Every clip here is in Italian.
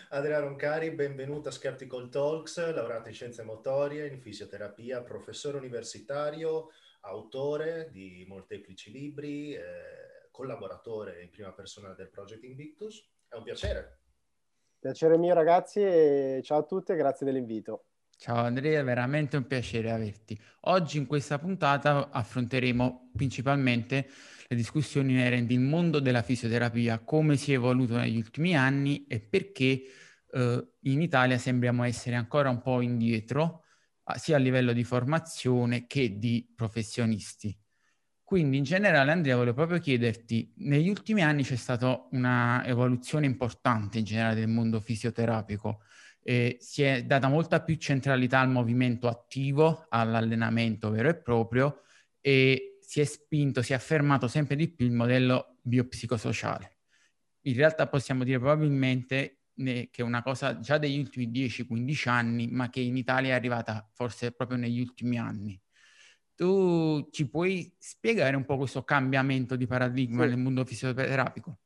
Adriano Roncari, benvenuto a Skeptical Talks, laureato in scienze motorie, in fisioterapia, professore universitario, autore di molteplici libri, collaboratore in prima persona del Project Invictus. È un piacere. Piacere mio ragazzi e ciao a tutti e grazie dell'invito. Ciao Andrea, è veramente un piacere averti. Oggi in questa puntata affronteremo principalmente le discussioni inerenti al mondo della fisioterapia, come si è evoluto negli ultimi anni e perché in Italia sembriamo essere ancora un po' indietro, sia a livello di formazione che di professionisti. Quindi in generale, Andrea, volevo proprio chiederti, negli ultimi anni c'è stata una evoluzione importante in generale del mondo fisioterapico. Si è data molta più centralità al movimento attivo, all'allenamento vero e proprio, e si è spinto, si è affermato sempre di più il modello biopsicosociale. In realtà possiamo dire probabilmente che è una cosa già degli ultimi 10-15 anni, ma che in Italia è arrivata forse proprio negli ultimi anni. Tu ci puoi spiegare un po' questo cambiamento di paradigma Sì, nel mondo fisioterapico?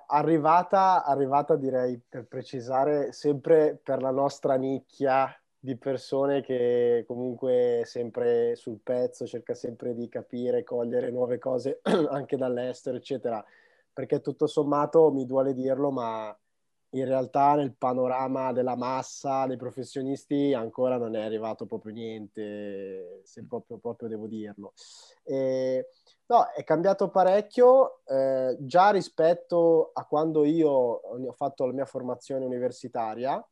arrivata direi per precisare sempre per la nostra nicchia di persone che comunque è sempre sul pezzo, cerca sempre di capire, cogliere nuove cose anche dall'estero, eccetera, perché tutto sommato mi duole dirlo, ma in realtà nel panorama della massa dei professionisti ancora non è arrivato proprio niente, se proprio devo dirlo. E, no, è cambiato parecchio, già rispetto a quando io ho fatto la mia formazione universitaria.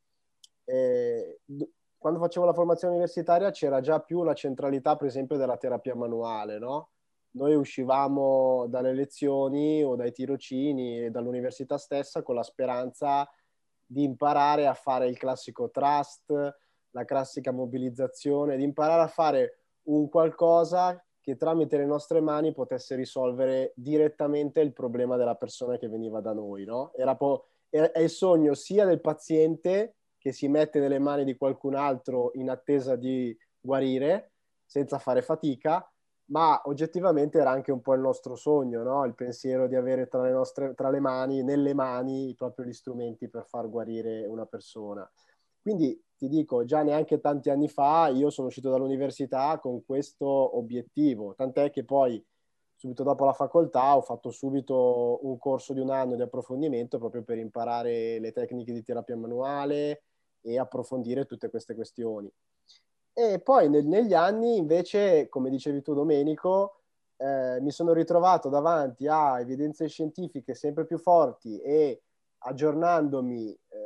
Eh, Quando facevo la formazione universitaria c'era già più la centralità, per esempio, della terapia manuale, no? Noi uscivamo dalle lezioni o dai tirocini e dall'università stessa con la speranza di imparare a fare il classico trust, la classica mobilizzazione, di imparare a fare un qualcosa che tramite le nostre mani potesse risolvere direttamente il problema della persona che veniva da noi, no? È il sogno sia del paziente che si mette nelle mani di qualcun altro in attesa di guarire senza fare fatica, ma oggettivamente era anche un po' il nostro sogno, no? Il pensiero di avere tra le mani, nelle mani, proprio gli strumenti per far guarire una persona. Quindi ti dico, già neanche tanti anni fa io sono uscito dall'università con questo obiettivo, tant'è che poi subito dopo la facoltà ho fatto subito un corso di un anno di approfondimento proprio per imparare le tecniche di terapia manuale e approfondire tutte queste questioni. E poi negli anni invece, come dicevi tu Domenico, mi sono ritrovato davanti a evidenze scientifiche sempre più forti e aggiornandomi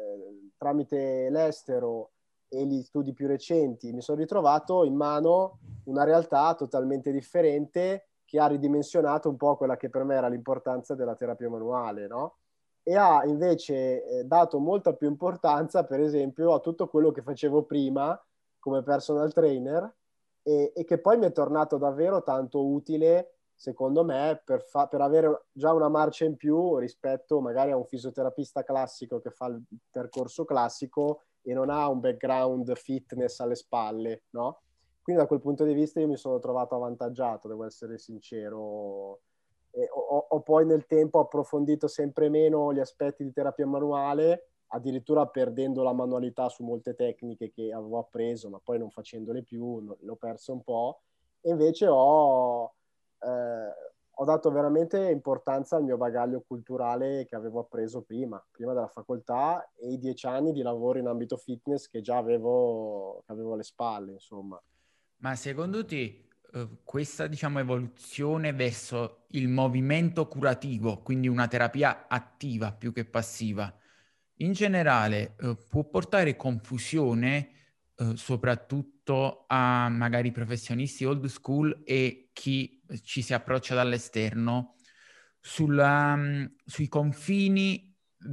tramite l'estero e gli studi più recenti, mi sono ritrovato in mano una realtà totalmente differente che ha ridimensionato un po' quella che per me era l'importanza della terapia manuale, no? E ha invece dato molta più importanza, per esempio, a tutto quello che facevo prima come personal trainer e che poi mi è tornato davvero tanto utile, secondo me, per avere già una marcia in più rispetto magari a un fisioterapista classico che fa il percorso classico e non ha un background fitness alle spalle, no? Quindi da quel punto di vista io mi sono trovato avvantaggiato, devo essere sincero. E ho poi nel tempo approfondito sempre meno gli aspetti di terapia manuale, addirittura perdendo la manualità su molte tecniche che avevo appreso, ma poi non facendole più, l'ho perso un po'. E invece ho dato veramente importanza al mio bagaglio culturale che avevo appreso prima della facoltà e i 10 anni di lavoro in ambito fitness che avevo alle spalle, insomma. Ma secondo te questa, diciamo, evoluzione verso il movimento curativo, quindi una terapia attiva più che passiva, in generale può portare confusione soprattutto a magari professionisti old school e chi ci si approccia dall'esterno sui confini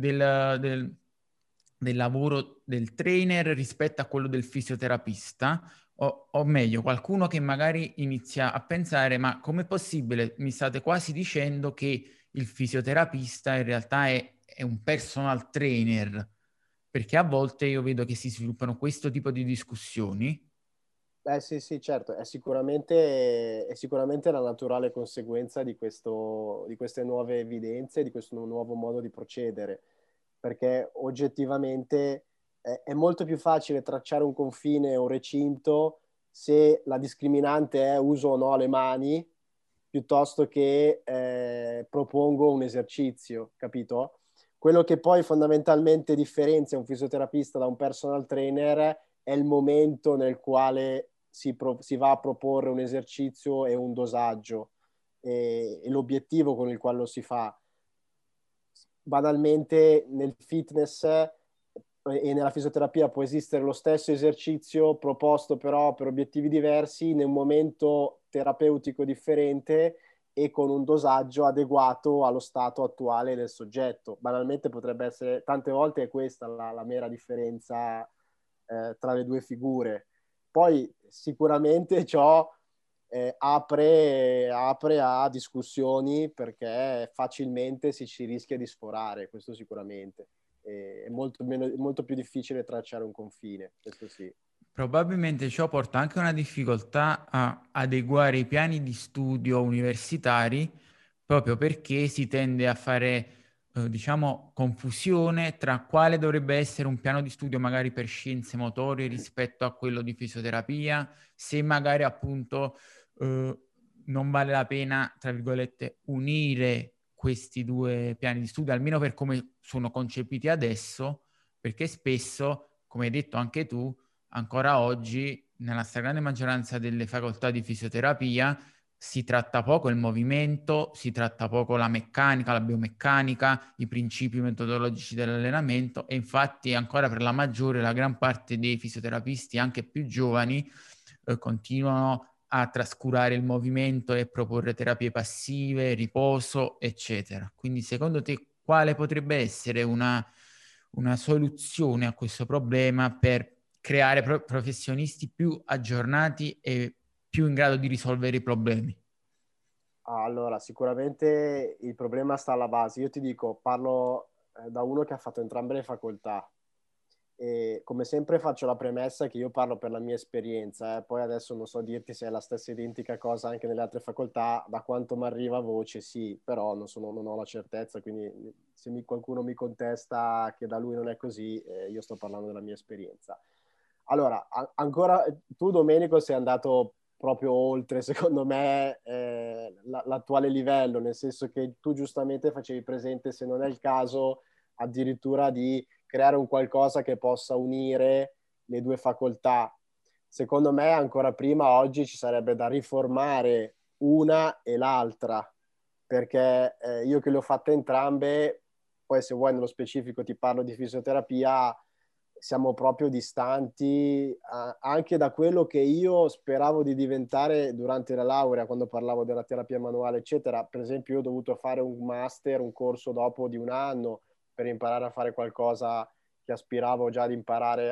del lavoro del trainer rispetto a quello del fisioterapista, o meglio, qualcuno che magari inizia a pensare, ma com'è possibile? Mi state quasi dicendo che il fisioterapista in realtà è un personal trainer, perché a volte io vedo che si sviluppano questo tipo di discussioni. Beh, sì, sì, certo, è sicuramente la naturale conseguenza di queste nuove evidenze, di questo nuovo modo di procedere. perché oggettivamente è molto più facile tracciare un confine o un recinto se la discriminante è uso o no le mani, piuttosto che propongo un esercizio, capito? Quello che poi fondamentalmente differenzia un fisioterapista da un personal trainer è il momento nel quale si va a proporre un esercizio e un dosaggio e l'obiettivo con il quale lo si fa. Banalmente nel fitness e nella fisioterapia può esistere lo stesso esercizio proposto però per obiettivi diversi in un momento terapeutico differente e con un dosaggio adeguato allo stato attuale del soggetto. Banalmente potrebbe essere, tante volte è questa la mera differenza tra le due figure. Poi sicuramente ciò apre a discussioni perché facilmente ci rischia di sforare, questo sicuramente. È molto più difficile tracciare un confine, questo sì. Probabilmente ciò porta anche una difficoltà a adeguare i piani di studio universitari, proprio perché si tende a fare, diciamo, confusione tra quale dovrebbe essere un piano di studio magari per scienze motorie rispetto a quello di fisioterapia, se magari appunto non vale la pena, tra virgolette, unire questi due piani di studio, almeno per come sono concepiti adesso, perché spesso, come hai detto anche tu, ancora oggi, nella stragrande maggioranza delle facoltà di fisioterapia, si tratta poco il movimento, si tratta poco la meccanica, la biomeccanica, i principi metodologici dell'allenamento e infatti ancora per la maggiore, la gran parte dei fisioterapisti, anche più giovani, continuano a trascurare il movimento e proporre terapie passive, riposo, eccetera. Quindi secondo te quale potrebbe essere una soluzione a questo problema per creare professionisti più aggiornati e più in grado di risolvere i problemi? Allora, sicuramente il problema sta alla base. Io ti dico, parlo da uno che ha fatto entrambe le facoltà e come sempre faccio la premessa che io parlo per la mia esperienza, poi adesso non so dirti se è la stessa identica cosa anche nelle altre facoltà, da quanto mi arriva voce sì, però non ho la certezza, quindi se qualcuno mi contesta che da lui non è così, io sto parlando della mia esperienza. Allora, ancora tu Domenico sei andato proprio oltre, secondo me, l'attuale livello, nel senso che tu giustamente facevi presente, se non è il caso, addirittura di creare un qualcosa che possa unire le due facoltà. Secondo me, ancora prima, oggi ci sarebbe da riformare una e l'altra, perché io che le ho fatte entrambe, poi se vuoi nello specifico ti parlo di fisioterapia, siamo proprio distanti anche da quello che io speravo di diventare durante la laurea, quando parlavo della terapia manuale, eccetera. Per esempio, io ho dovuto fare un master, un corso dopo di un anno per imparare a fare qualcosa che aspiravo già ad imparare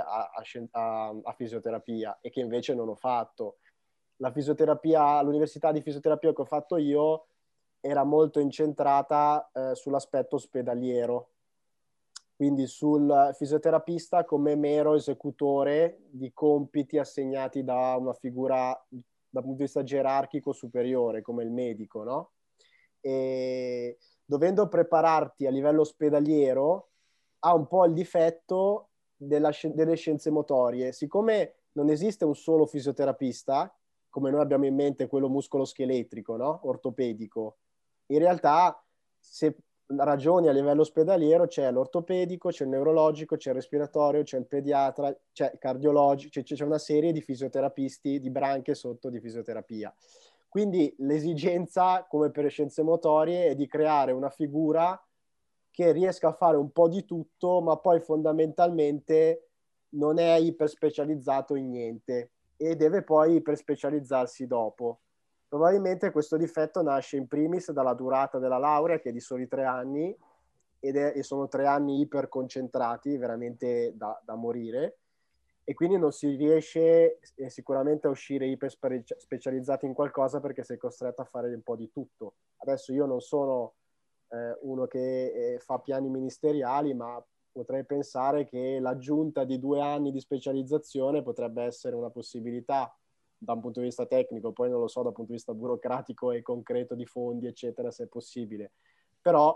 a fisioterapia e che invece non ho fatto. La fisioterapia, l'università di fisioterapia che ho fatto io era molto incentrata sull'aspetto ospedaliero, quindi sul fisioterapista come mero esecutore di compiti assegnati da una figura dal punto di vista gerarchico superiore, come il medico, no? E dovendo prepararti a livello ospedaliero ha un po' il difetto delle scienze motorie. Siccome non esiste un solo fisioterapista, come noi abbiamo in mente quello muscoloscheletrico, no? Ortopedico, in realtà se ragioni a livello ospedaliero c'è l'ortopedico, c'è il neurologico, c'è il respiratorio, c'è il pediatra, c'è il cardiologico, c'è una serie di fisioterapisti, di branche sotto di fisioterapia. Quindi l'esigenza, come per le scienze motorie, è di creare una figura che riesca a fare un po' di tutto, ma poi fondamentalmente non è iperspecializzato in niente e deve poi iperspecializzarsi dopo. Probabilmente questo difetto nasce in primis dalla durata della laurea, che è di soli 3 anni, e sono 3 anni iperconcentrati, veramente da morire, e quindi non si riesce sicuramente a uscire iperspecializzati in qualcosa perché sei costretto a fare un po' di tutto. Adesso io non sono uno che fa piani ministeriali, ma potrei pensare che l'aggiunta di 2 anni di specializzazione potrebbe essere una possibilità da un punto di vista tecnico, poi non lo so dal punto di vista burocratico e concreto di fondi, eccetera, se è possibile. Però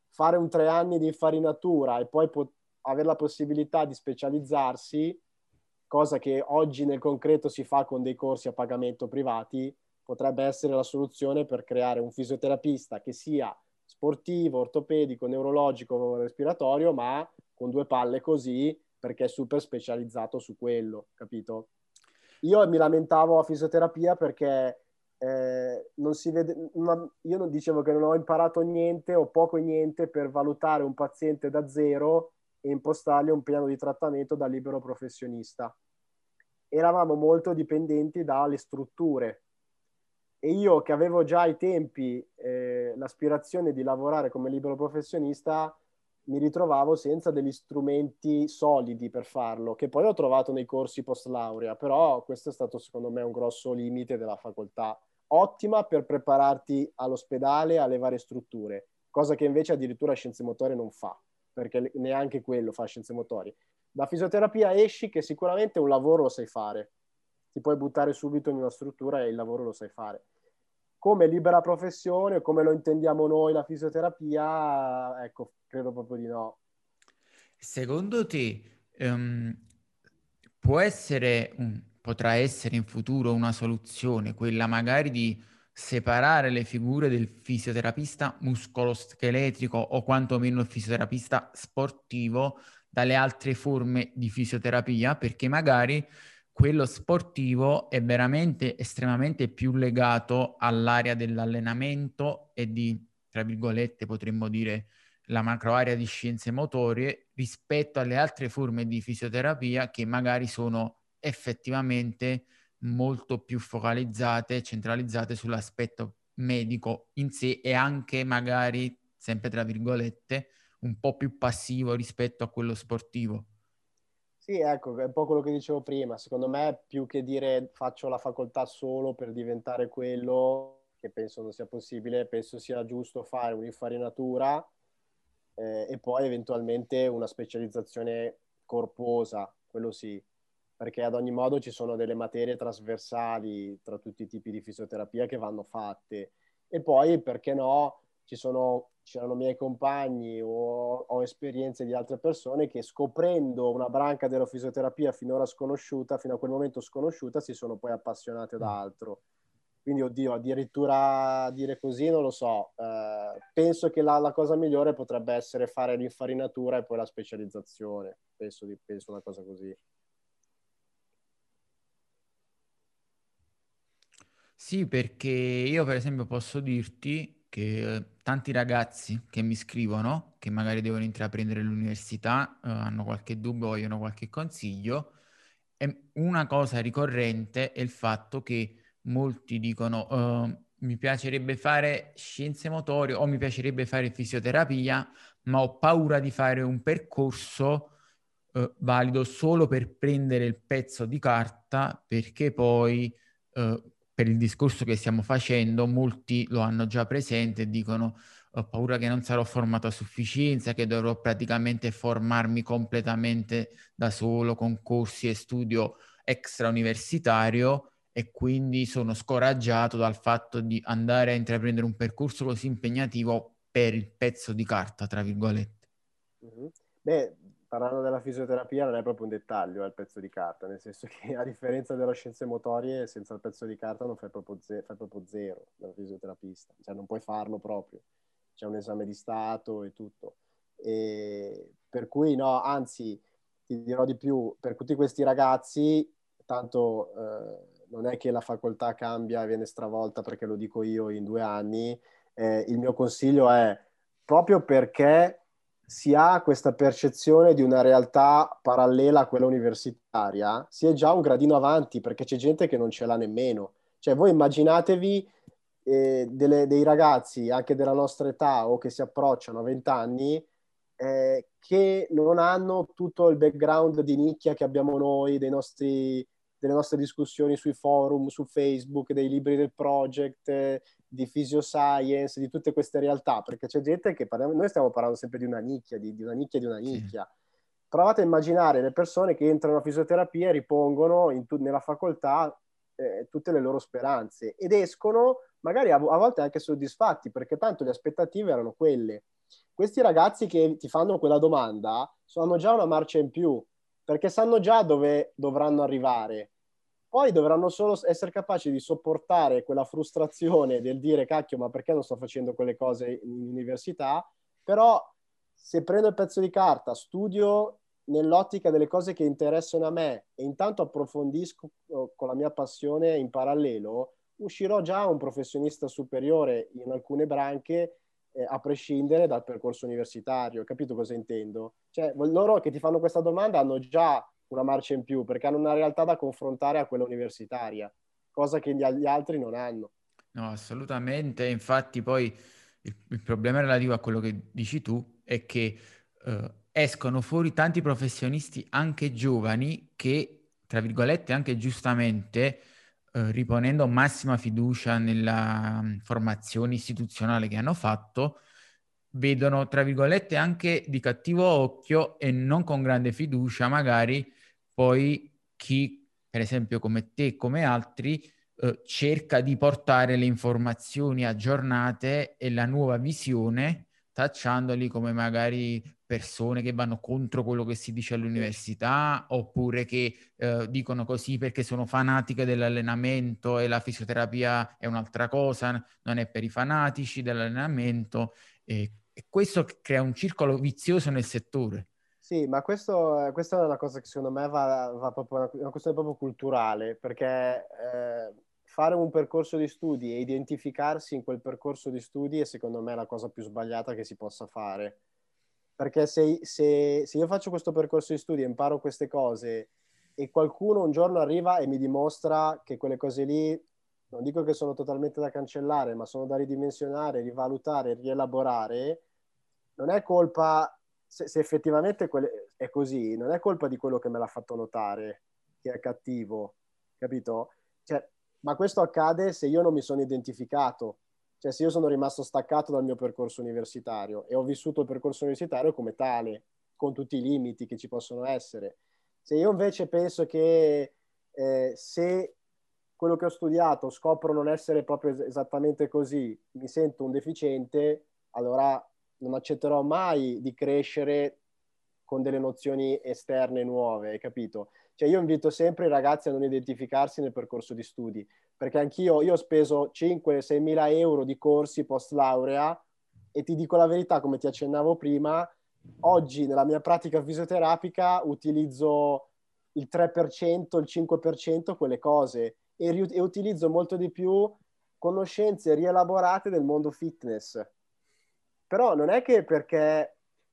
fare un 3 anni di infarinatura e poi avere la possibilità di specializzarsi, cosa che oggi nel concreto si fa con dei corsi a pagamento privati, potrebbe essere la soluzione per creare un fisioterapista che sia sportivo, ortopedico, neurologico, respiratorio, ma con 2 palle così, perché è super specializzato su quello, capito? Io mi lamentavo a fisioterapia perché non si vede, io non dicevo che non ho imparato niente o poco e niente per valutare un paziente da zero e impostargli un piano di trattamento da libero professionista. Eravamo molto dipendenti dalle strutture e io che avevo già ai tempi l'aspirazione di lavorare come libero professionista mi ritrovavo senza degli strumenti solidi per farlo, che poi ho trovato nei corsi post laurea, però questo è stato secondo me un grosso limite della facoltà, ottima per prepararti all'ospedale, alle varie strutture, cosa che invece addirittura scienze motorie non fa, perché neanche quello fa scienze motorie. Da fisioterapia esci che sicuramente un lavoro lo sai fare, ti puoi buttare subito in una struttura e il lavoro lo sai fare. Come libera professione, come lo intendiamo noi la fisioterapia, ecco, credo proprio di no. Secondo te potrà essere in futuro una soluzione, quella magari di separare le figure del fisioterapista muscoloscheletrico o quantomeno il fisioterapista sportivo dalle altre forme di fisioterapia, perché magari quello sportivo è veramente estremamente più legato all'area dell'allenamento e di, tra virgolette, potremmo dire la macroarea di scienze motorie rispetto alle altre forme di fisioterapia che magari sono effettivamente molto più focalizzate, centralizzate sull'aspetto medico in sé e anche magari, sempre tra virgolette, un po' più passivo rispetto a quello sportivo. Sì, ecco, è un po' quello che dicevo prima. Secondo me, più che dire faccio la facoltà solo per diventare quello, che penso non sia possibile, penso sia giusto fare un'infarinatura e poi eventualmente una specializzazione corposa, quello sì, perché ad ogni modo ci sono delle materie trasversali tra tutti i tipi di fisioterapia che vanno fatte. E poi, perché no, c'erano miei compagni o esperienze di altre persone che scoprendo una branca della fisioterapia finora sconosciuta, fino a quel momento sconosciuta, si sono poi appassionate ad altro. Quindi, oddio, addirittura dire così non lo so. Penso che la cosa migliore potrebbe essere fare l'infarinatura e poi la specializzazione. Penso una cosa così. Sì, perché io per esempio posso dirti che tanti ragazzi che mi scrivono, che magari devono intraprendere l'università, hanno qualche dubbio, vogliono qualche consiglio, e una cosa ricorrente è il fatto che molti dicono mi piacerebbe fare scienze motorie o mi piacerebbe fare fisioterapia, ma ho paura di fare un percorso valido solo per prendere il pezzo di carta, perché poi per il discorso che stiamo facendo, molti lo hanno già presente e dicono ho paura che non sarò formato a sufficienza, che dovrò praticamente formarmi completamente da solo con corsi e studio extrauniversitario e quindi sono scoraggiato dal fatto di andare a intraprendere un percorso così impegnativo per il pezzo di carta, tra virgolette. Mhm. Beh, parlando della fisioterapia non è proprio un dettaglio, è il pezzo di carta, nel senso che a differenza delle scienze motorie, senza il pezzo di carta non fai proprio zero da fisioterapista, cioè non puoi farlo proprio, c'è un esame di stato e tutto. E per cui no, anzi, ti dirò di più, per tutti questi ragazzi, tanto non è che la facoltà cambia e viene stravolta perché lo dico io in 2 anni, il mio consiglio è proprio perché si ha questa percezione di una realtà parallela a quella universitaria, si è già un gradino avanti perché c'è gente che non ce l'ha nemmeno. Cioè voi immaginatevi dei ragazzi anche della nostra età o che si approcciano a 20 anni che non hanno tutto il background di nicchia che abbiamo noi, delle nostre discussioni sui forum, su Facebook, dei libri del project, di Physioscience, di tutte queste realtà, perché c'è gente che noi stiamo parlando sempre di una nicchia, di una nicchia, di una Sì. nicchia. Provate a immaginare le persone che entrano a fisioterapia e ripongono nella facoltà tutte le loro speranze ed escono magari a volte anche soddisfatti perché tanto le aspettative erano quelle. Questi ragazzi che ti fanno quella domanda hanno già una marcia in più, perché sanno già dove dovranno arrivare. Poi dovranno solo essere capaci di sopportare quella frustrazione del dire cacchio, ma perché non sto facendo quelle cose in università? Però se prendo il pezzo di carta, studio nell'ottica delle cose che interessano a me e intanto approfondisco con la mia passione in parallelo, uscirò già un professionista superiore in alcune branche, a prescindere dal percorso universitario. Capito cosa intendo? Cioè, loro che ti fanno questa domanda hanno già una marcia in più perché hanno una realtà da confrontare a quella universitaria, cosa che gli altri non hanno. No, assolutamente. Infatti poi il problema relativo a quello che dici tu è che escono fuori tanti professionisti anche giovani che, tra virgolette, anche giustamente, riponendo massima fiducia nella formazione istituzionale che hanno fatto, vedono, tra virgolette, anche di cattivo occhio e non con grande fiducia, magari poi chi, per esempio, come te e come altri, cerca di portare le informazioni aggiornate e la nuova visione, tacciandoli come magari persone che vanno contro quello che si dice all'università, oppure che dicono così perché sono fanatiche dell'allenamento e la fisioterapia è un'altra cosa, non è per i fanatici dell'allenamento. E questo crea un circolo vizioso nel settore. Sì, ma questa è una cosa che secondo me va proprio, una questione proprio culturale, perché fare un percorso di studi e identificarsi in quel percorso di studi è secondo me la cosa più sbagliata che si possa fare. Perché se io faccio questo percorso di studi e imparo queste cose e qualcuno un giorno arriva e mi dimostra che quelle cose lì, non dico che sono totalmente da cancellare, ma sono da ridimensionare, rivalutare, rielaborare, non è colpa, se effettivamente è così, non è colpa di quello che me l'ha fatto notare, che è cattivo, capito? Cioè, ma questo accade se io non mi sono identificato, cioè se io sono rimasto staccato dal mio percorso universitario e ho vissuto il percorso universitario come tale, con tutti i limiti che ci possono essere. Se io invece penso che se quello che ho studiato scopro non essere proprio esattamente così, mi sento un deficiente, allora non accetterò mai di crescere con delle nozioni esterne nuove, hai capito? Cioè io invito sempre i ragazzi a non identificarsi nel percorso di studi, perché io ho speso 5-6 mila euro di corsi post laurea e ti dico la verità, come ti accennavo prima, oggi nella mia pratica fisioterapica utilizzo il 3%, il 5% quelle cose e utilizzo molto di più conoscenze rielaborate del mondo fitness. Però non è che perché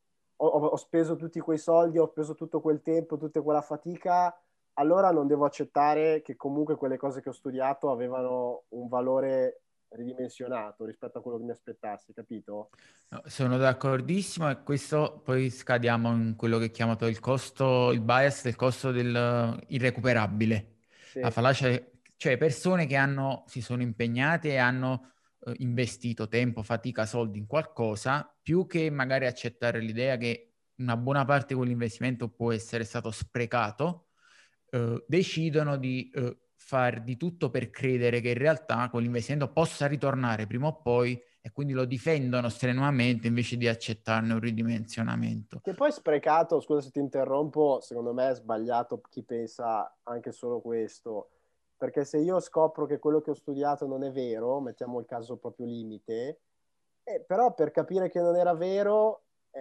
ho speso tutti quei soldi, ho speso tutto quel tempo, tutta quella fatica, allora non devo accettare che comunque quelle cose che ho studiato avevano un valore ridimensionato rispetto a quello che mi aspettassi, capito? No, sono d'accordissimo e questo poi scadiamo in quello che è chiamato il costo, il bias del costo del irrecuperabile. La Sì. fallacia, cioè persone che si sono impegnate e hanno investito tempo, fatica, soldi in qualcosa, più che magari accettare l'idea che una buona parte di quell'investimento può essere stato sprecato, decidono di far di tutto per credere che in realtà quell'investimento possa ritornare prima o poi e quindi lo difendono strenuamente invece di accettarne un ridimensionamento. Che poi sprecato, scusa se ti interrompo, secondo me è sbagliato chi pensa anche solo questo, perché se io scopro che quello che ho studiato non è vero, mettiamo il caso proprio limite, però per capire che non era vero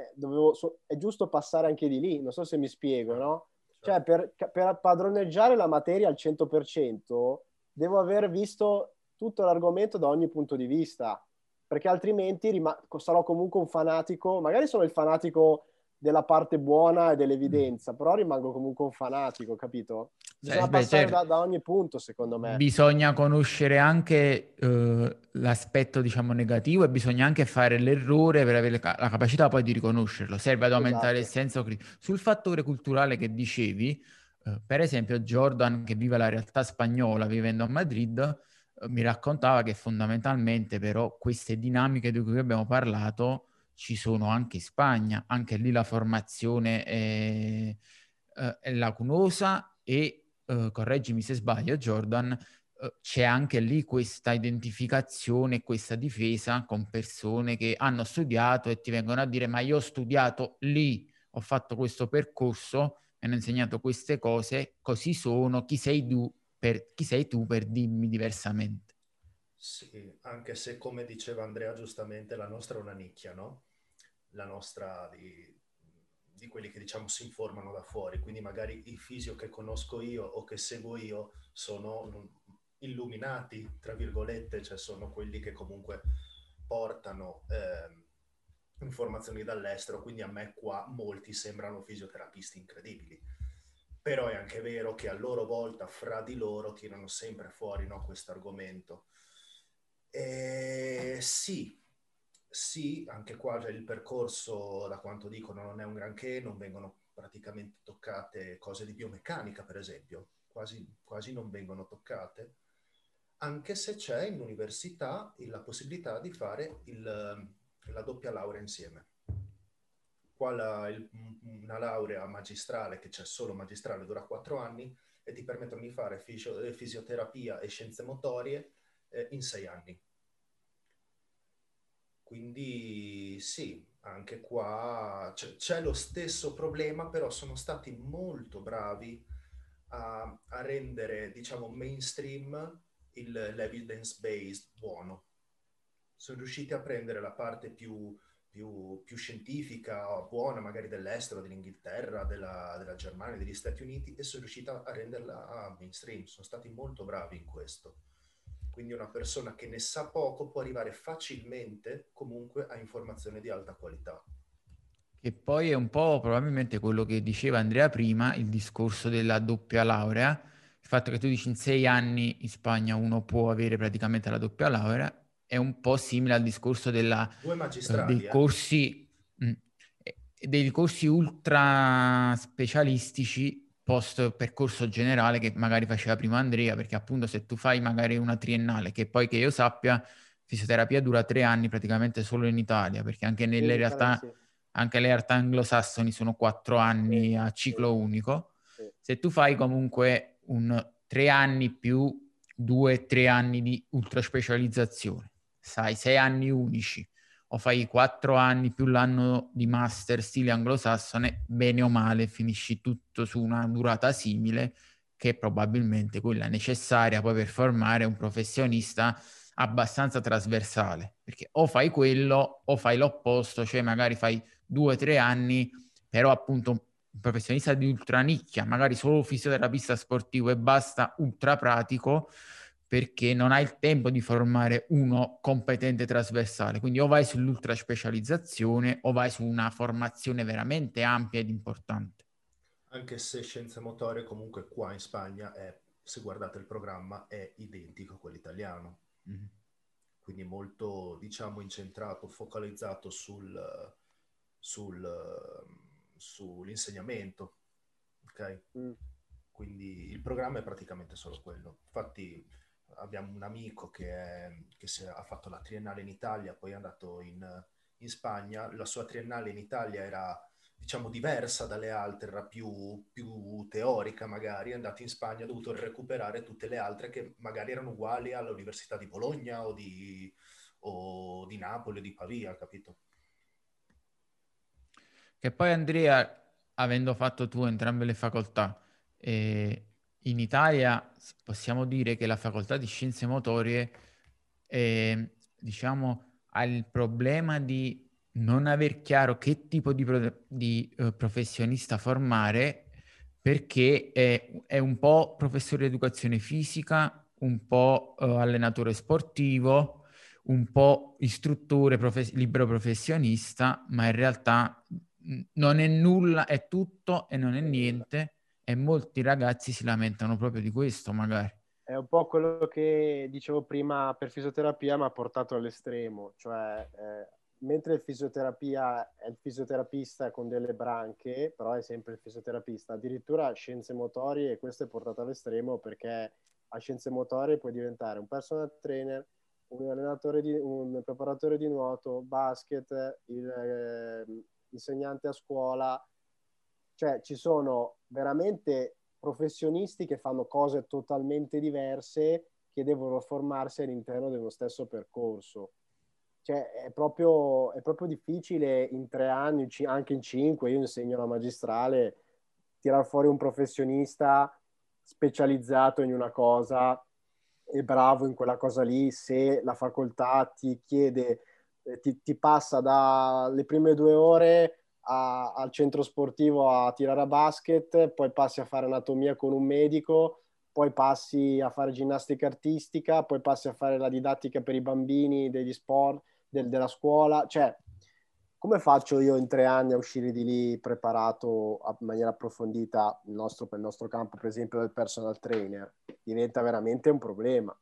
è giusto passare anche di lì, non so se mi spiego, no? Cioè per padroneggiare la materia al 100% devo aver visto tutto l'argomento da ogni punto di vista, perché altrimenti sarò comunque un fanatico, magari sono il fanatico della parte buona e dell'evidenza, però rimango comunque un fanatico, capito? Bisogna passare Certo. da ogni punto, secondo me. Bisogna conoscere anche l'aspetto, diciamo, negativo e bisogna anche fare l'errore per avere la capacità poi di riconoscerlo. Serve ad aumentare il Esatto. senso critico. Sul fattore culturale che dicevi, per esempio, Jordan, che vive la realtà spagnola vivendo a Madrid, mi raccontava che fondamentalmente però queste dinamiche di cui abbiamo parlato ci sono anche in Spagna. Anche lì la formazione è lacunosa e correggimi se sbaglio, Jordan, c'è anche lì questa identificazione, questa difesa con persone che hanno studiato e ti vengono a dire: ma io ho studiato lì, ho fatto questo percorso, mi hanno insegnato queste cose, così sono, chi sei tu per dirmi diversamente? Sì, anche se come diceva Andrea giustamente, la nostra è una nicchia, no? La nostra di quelli che diciamo si informano da fuori, quindi magari i fisio che conosco io o che seguo io sono illuminati, tra virgolette, cioè sono quelli che comunque portano informazioni dall'estero, quindi a me qua molti sembrano fisioterapisti incredibili. Però è anche vero che a loro volta fra di loro tirano sempre fuori, no, questo argomento. Sì, sì, anche qua cioè, il percorso, da quanto dicono, non è un granché, non vengono praticamente toccate cose di biomeccanica, per esempio, quasi non vengono toccate, anche se c'è in università la possibilità di fare la doppia laurea insieme. Qua una laurea magistrale, che c'è solo magistrale, dura 4 anni e ti permettono di fare fisioterapia e scienze motorie in 6 anni. Quindi sì, anche qua c'è lo stesso problema, però sono stati molto bravi a rendere, diciamo, mainstream l'evidence-based buono. Sono riusciti a prendere la parte più scientifica, buona, magari dell'estero, dell'Inghilterra, della Germania, degli Stati Uniti, e sono riusciti a renderla mainstream. Sono stati molto bravi in questo. Quindi una persona che ne sa poco può arrivare facilmente comunque a informazioni di alta qualità. Che poi è un po' probabilmente quello che diceva Andrea prima, il discorso della doppia laurea, il fatto che tu dici in 6 anni in Spagna uno può avere praticamente la doppia laurea, è un po' simile al discorso 2 magistrali, dei corsi, dei corsi ultra specialistici post percorso generale che magari faceva prima Andrea, perché appunto se tu fai magari una triennale, che poi che io sappia, fisioterapia dura 3 anni praticamente solo in Italia, perché anche Sì, nelle in Italia realtà sì. anche le realtà anglosassoni sono 4 anni a Sì, ciclo unico. sì. Se tu fai comunque 3 anni più 2 o 3 anni di ultraspecializzazione, sai, 6 anni unici, o fai 4 anni più l'anno di master stile anglosassone, bene o male finisci tutto su una durata simile, che è probabilmente quella necessaria poi per formare un professionista abbastanza trasversale, perché o fai quello o fai l'opposto, cioè magari fai 2 o 3 anni, però appunto un professionista di ultranicchia, magari solo fisioterapista sportivo e basta, ultra pratico, perché non hai il tempo di formare uno competente trasversale. Quindi o vai sull'ultra specializzazione o vai su una formazione veramente ampia ed importante. Anche se scienze motorie comunque qua in Spagna è, se guardate il programma, è identico a quello italiano. Mm. Quindi molto, diciamo, incentrato, focalizzato sul, sull'insegnamento, ok? Mm. Quindi il programma è praticamente solo quello. Infatti abbiamo un amico ha fatto la triennale in Italia, poi è andato in Spagna. La sua triennale in Italia era, diciamo, diversa dalle altre, era più teorica magari. È andato in Spagna, ha dovuto recuperare tutte le altre che magari erano uguali all'Università di Bologna o di Napoli o di Pavia, capito? Che poi Andrea, avendo fatto tu entrambe le facoltà, in Italia possiamo dire che la facoltà di scienze motorie, diciamo, ha il problema di non aver chiaro che tipo di professionista formare, perché è un po' professore di educazione fisica, un po' allenatore sportivo, un po' istruttore libero professionista, ma in realtà non è nulla, è tutto e non è niente, e molti ragazzi si lamentano proprio di questo, magari. È un po' quello che dicevo prima per fisioterapia, ma portato all'estremo, cioè mentre il fisioterapia è il fisioterapista con delle branche, però è sempre il fisioterapista, addirittura scienze motorie, e questo è portato all'estremo perché a scienze motorie puoi diventare un personal trainer, un preparatore di nuoto, basket, insegnante a scuola, cioè ci sono veramente professionisti che fanno cose totalmente diverse, che devono formarsi all'interno dello stesso percorso. Cioè, è proprio difficile in 3 anni, anche in 5, io insegno la magistrale, tirar fuori un professionista specializzato in una cosa e bravo in quella cosa lì, se la facoltà ti chiede, ti passa dalle prime 2 ore al centro sportivo a tirare a basket, poi passi a fare anatomia con un medico, poi passi a fare ginnastica artistica, poi passi a fare la didattica per i bambini degli sport, della scuola. Cioè, come faccio io in 3 anni a uscire di lì preparato in maniera approfondita per il nostro campo, per esempio, del personal trainer? Diventa veramente un problema.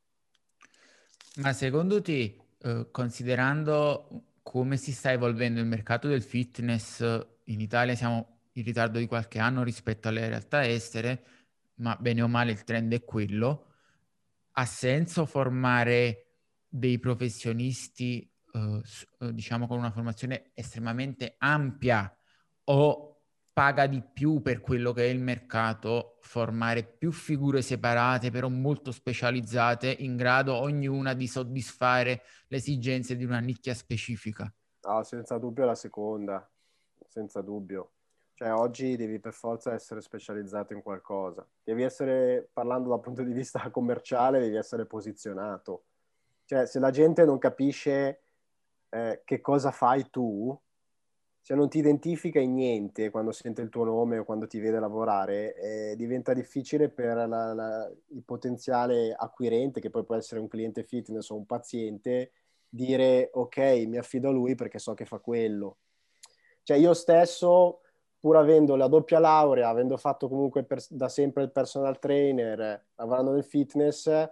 Ma secondo te, considerando come si sta evolvendo il mercato del fitness, in Italia siamo in ritardo di qualche anno rispetto alle realtà estere, ma bene o male il trend è quello, ha senso formare dei professionisti, diciamo, con una formazione estremamente ampia, o paga di più per quello che è il mercato formare più figure separate però molto specializzate, in grado ognuna di soddisfare le esigenze di una nicchia specifica? Ah, senza dubbio la seconda, senza dubbio. Cioè, oggi devi per forza essere specializzato in qualcosa. Devi essere, parlando dal punto di vista commerciale, devi essere posizionato. Cioè, se la gente non capisce che cosa fai tu, se non ti identifica in niente quando sente il tuo nome o quando ti vede lavorare, diventa difficile per il potenziale acquirente, che poi può essere un cliente fitness o un paziente, dire ok, mi affido a lui perché so che fa quello. Cioè io stesso, pur avendo la doppia laurea, avendo fatto comunque da sempre il personal trainer, lavorando nel fitness,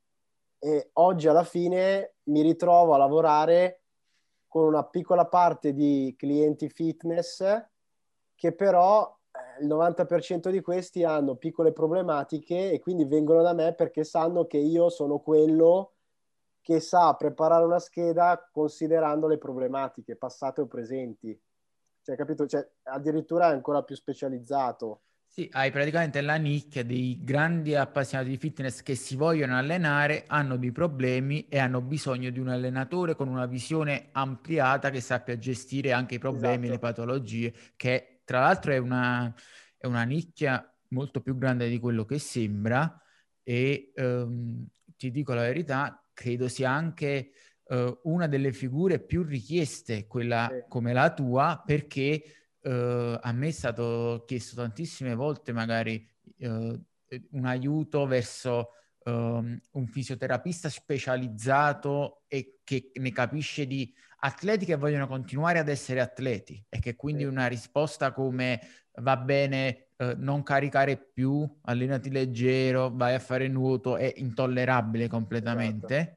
e oggi alla fine mi ritrovo a lavorare con una piccola parte di clienti fitness che però il 90% di questi hanno piccole problematiche e quindi vengono da me perché sanno che io sono quello che sa preparare una scheda considerando le problematiche passate o presenti. Cioè, capito? Cioè, addirittura è ancora più specializzato. Sì, hai praticamente la nicchia dei grandi appassionati di fitness che si vogliono allenare, hanno dei problemi e hanno bisogno di un allenatore con una visione ampliata che sappia gestire anche i problemi e le Esatto. patologie, che tra l'altro è una nicchia molto più grande di quello che sembra. E ti dico la verità, credo sia anche una delle figure più richieste, Sì. quella come la tua, perché a me è stato chiesto tantissime volte magari un aiuto verso un fisioterapista specializzato e che ne capisce di atleti che vogliono continuare ad essere atleti, e che quindi Sì. una risposta come va bene, non caricare più, allenati leggero, vai a fare nuoto, è intollerabile Esatto. completamente.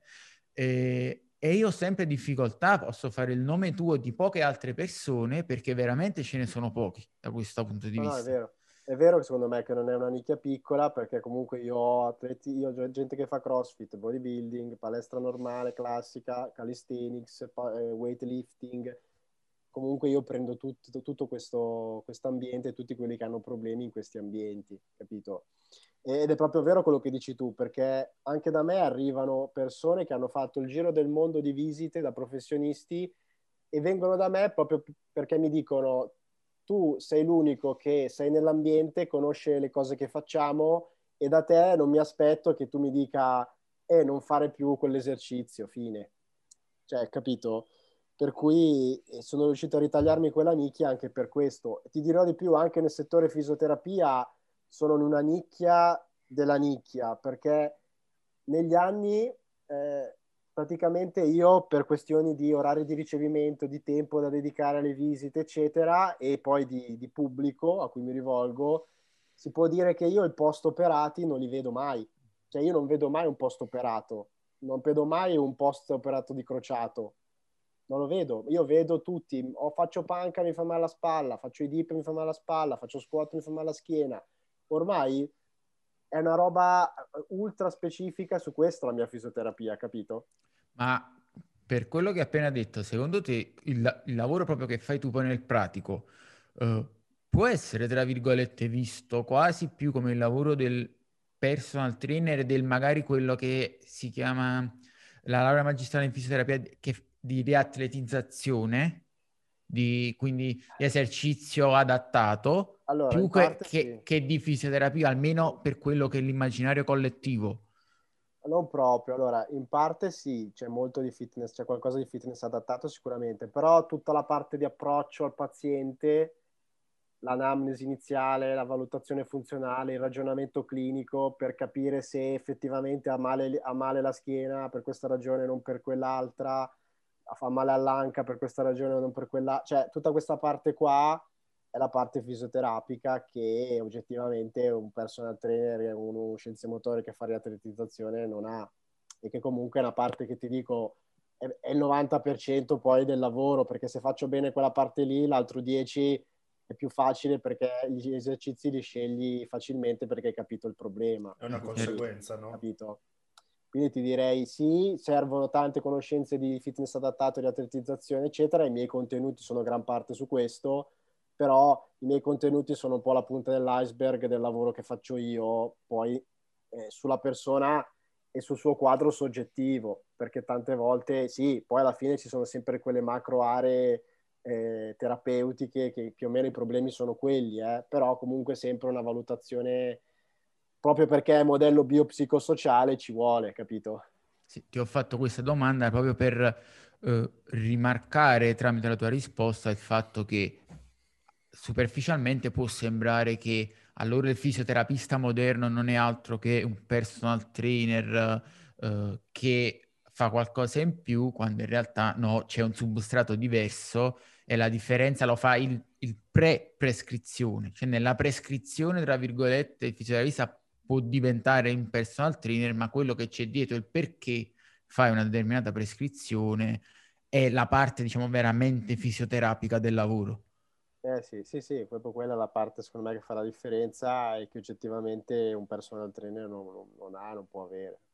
E io ho sempre difficoltà, posso fare il nome tuo di poche altre persone, perché veramente ce ne sono pochi da questo punto di No, no, è vista. vero. È vero che secondo me che non è una nicchia piccola, perché comunque io ho atleti, io ho gente che fa CrossFit, bodybuilding, palestra normale, classica, calisthenics, weightlifting. Comunque io prendo tutto questo ambiente, tutti quelli che hanno problemi in questi ambienti, capito? Ed è proprio vero quello che dici tu, perché anche da me arrivano persone che hanno fatto il giro del mondo di visite da professionisti e vengono da me proprio perché mi dicono: tu sei l'unico che sei nell'ambiente, conosce le cose che facciamo e da te non mi aspetto che tu mi dica non fare più quell'esercizio, fine. Cioè, capito? Per cui sono riuscito a ritagliarmi quella nicchia anche per questo. Ti dirò di più, anche nel settore fisioterapia sono in una nicchia della nicchia, perché negli anni praticamente io per questioni di orari di ricevimento, di tempo da dedicare alle visite, eccetera, e poi di pubblico a cui mi rivolgo, si può dire che io i post operati non li vedo mai. Cioè io non vedo mai un post operato, non vedo mai un post operato di crociato. Non lo vedo, io vedo tutti, faccio panca, mi fa male la spalla, faccio i dip, mi fa male la spalla, faccio squat, mi fa male la schiena. Ormai è una roba ultra specifica, su questo la mia fisioterapia, capito? Ma per quello che hai appena detto, secondo te il lavoro proprio che fai tu poi nel pratico può essere, tra virgolette, visto quasi più come il lavoro del personal trainer e del magari quello che si chiama la laurea magistrale in fisioterapia di riatletizzazione, quindi di esercizio adattato, Allora, più in parte sì. che di fisioterapia, almeno per quello che è l'immaginario collettivo. Non proprio, allora in parte sì, c'è molto di fitness, c'è qualcosa di fitness adattato sicuramente, però tutta la parte di approccio al paziente, l'anamnesi iniziale, la valutazione funzionale, il ragionamento clinico per capire se effettivamente ha male la schiena per questa ragione, non per quell'altra, fa male all'anca per questa ragione, non per quella, cioè tutta questa parte qua è la parte fisioterapica che oggettivamente un personal trainer, uno scienziato motore che fa riatletizzazione non ha, e che comunque è una parte che ti dico è il 90% poi del lavoro, perché se faccio bene quella parte lì, l'altro 10 è più facile perché gli esercizi li scegli facilmente perché hai capito il problema. È una conseguenza, no? Capito? Quindi ti direi sì, servono tante conoscenze di fitness adattato, di atletizzazione, eccetera. I miei contenuti sono gran parte su questo, però i miei contenuti sono un po' la punta dell'iceberg del lavoro che faccio io, poi sulla persona e sul suo quadro soggettivo, perché tante volte sì, poi alla fine ci sono sempre quelle macro aree terapeutiche che più o meno i problemi sono quelli, però comunque sempre una valutazione, proprio perché è modello biopsicosociale ci vuole, capito? Sì, ti ho fatto questa domanda proprio per rimarcare tramite la tua risposta il fatto che superficialmente può sembrare che allora il fisioterapista moderno non è altro che un personal trainer che fa qualcosa in più, quando in realtà no, c'è un substrato diverso e la differenza lo fa il pre-prescrizione, cioè nella prescrizione, tra virgolette, il fisioterapista può diventare un personal trainer, ma quello che c'è dietro, il perché fai una determinata prescrizione, è la parte, diciamo, veramente fisioterapica del lavoro. Sì, sì, sì, proprio quella è la parte secondo me che fa la differenza e che oggettivamente un personal trainer non ha, non può avere.